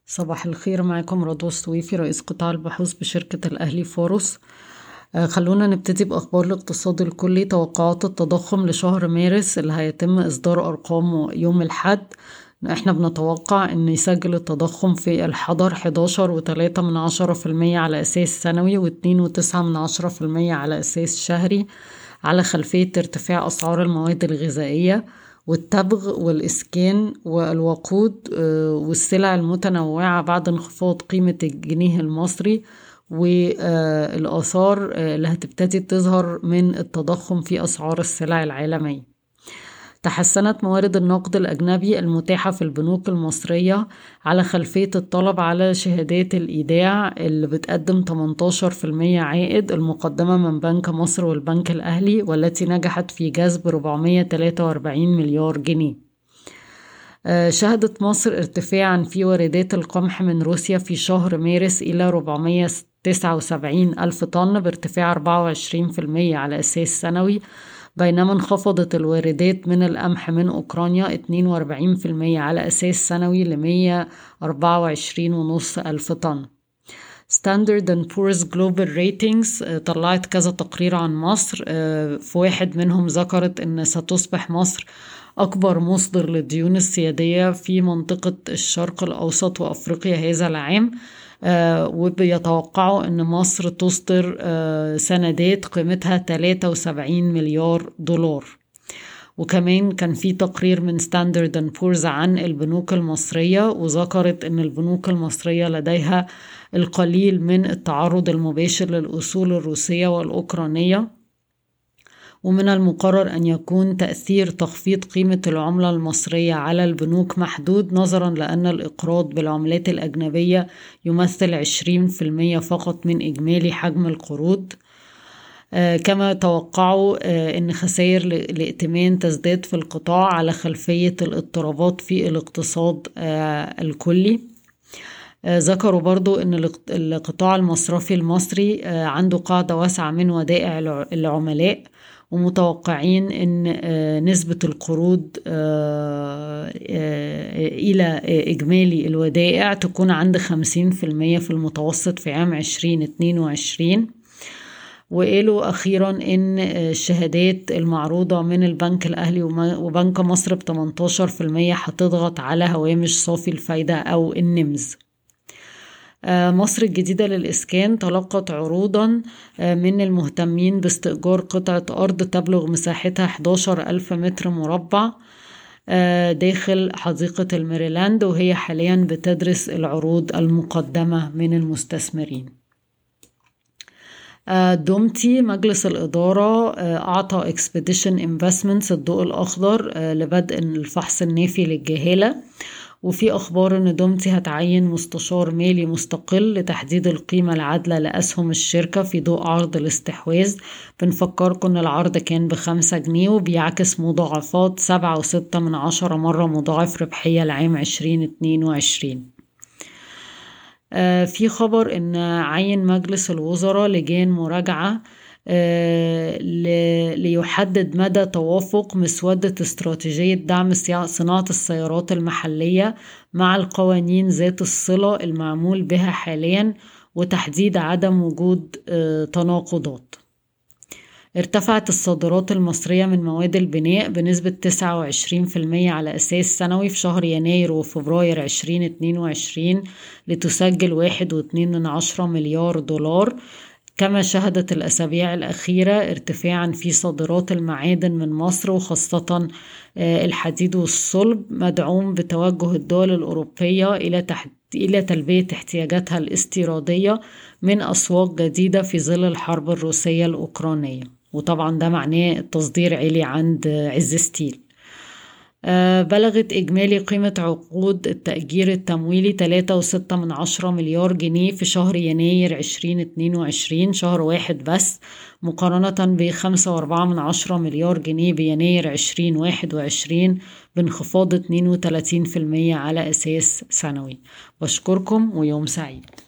صباح الخير، معكم رضوى السويفي رئيس قطاع البحوث بشركة الأهلي فورس. خلونا نبتدي بأخبار الاقتصاد الكلي. توقعات التضخم لشهر مارس اللي هيتم إصدار أرقامه يوم الأحد. احنا بنتوقع ان يسجل التضخم في الحضر 11.3% على أساس سنوي و2.9% على أساس شهري، على خلفية ارتفاع أسعار المواد الغذائية والتبغ والإسكان والوقود والسلع المتنوعة بعد انخفاض قيمة الجنيه المصري، والآثار اللي هتبتدي تظهر من التضخم في أسعار السلع العالمية. تحسنت موارد النقد الأجنبي المتاحة في البنوك المصرية على خلفية الطلب على شهادات الإيداع اللي بتقدم 18% عائد، المقدمة من بنك مصر والبنك الأهلي، والتي نجحت في جذب 443 مليار جنيه. شهدت مصر ارتفاعا في واردات القمح من روسيا في شهر مارس إلى 479 ألف طن بارتفاع 24% على أساس سنوي، بينما انخفضت الواردات من القمح من أوكرانيا 42% على أساس سنوي ل 124.5 ألف طن. Standard & Poor's Global Ratings طلعت كذا تقرير عن مصر. في واحد منهم ذكرت أن ستصبح مصر أكبر مصدر للديون السيادية في منطقة الشرق الأوسط وأفريقيا هذا العام، وبيتوقعوا أن مصر تصدر سندات قيمتها 73 مليار دولار. وكمان كان في تقرير من ستاندرد اند بورز عن البنوك المصرية، وذكرت أن البنوك المصرية لديها القليل من التعرض المباشر للأصول الروسية والأوكرانية، ومن المقرر أن يكون تأثير تخفيض قيمة العملة المصرية على البنوك محدود، نظرا لأن الإقراض بالعملات الأجنبية يمثل 20% فقط من إجمالي حجم القروض. كما توقعوا أن خسائر الائتمان تزداد في القطاع على خلفية الاضطرابات في الاقتصاد الكلي. ذكروا برضو أن القطاع المصرفي المصري عنده قاعدة واسعة من ودائع العملاء، ومتوقعين أن نسبة القروض إلى إجمالي الودائع تكون عند 50% في المتوسط في عام 2022. وقالوا أخيرا أن الشهادات المعروضة من البنك الأهلي وبنك مصر ب 18% هتضغط على هوامش صافي الفايدة أو النمز. مصر الجديدة للإسكان تلقت عروضا من المهتمين باستئجار قطعة أرض تبلغ مساحتها 11,000 متر مربع داخل حديقة الميريلاند، وهي حاليا بتدرس العروض المقدمة من المستثمرين. دومتي مجلس الإدارة أعطى Expedition Investments الضوء الأخضر لبدء الفحص النافي للجهالة، وفي أخبار أن دومتي هتعين مستشار مالي مستقل لتحديد القيمة العادلة لأسهم الشركة في ضوء عرض الاستحواذ. بنفكركم أن العرض كان ب5 جنيه وبيعكس مضاعفات 7.6 مرة مضاعف ربحية لعام 2022. في خبر أن عين مجلس الوزراء لجان مراجعة ليحدد مدى توافق مسودة استراتيجية دعم صناعة السيارات المحلية مع القوانين ذات الصلة المعمول بها حاليا، وتحديد عدم وجود تناقضات. ارتفعت الصادرات المصرية من مواد البناء بنسبة 29% على أساس سنوي في شهر يناير وفبراير 2022 لتسجل 1.2 مليار دولار. كما شهدت الأسابيع الأخيرة ارتفاعا في صادرات المعادن من مصر، وخاصة الحديد والصلب، مدعوم بتوجه الدول الأوروبية إلى تلبية احتياجاتها الاستيرادية من أسواق جديدة في ظل الحرب الروسية الأوكرانية، وطبعا ده معناه التصدير عالي عند عز ستيل. بلغت إجمالي قيمة عقود التأجير التمويلي 3.6 مليار جنيه في شهر يناير 2022، شهر واحد بس، مقارنة ب5.4 مليار جنيه بيناير 2021، بانخفاض 32% على أساس سنوي. بشكركم ويوم سعيد.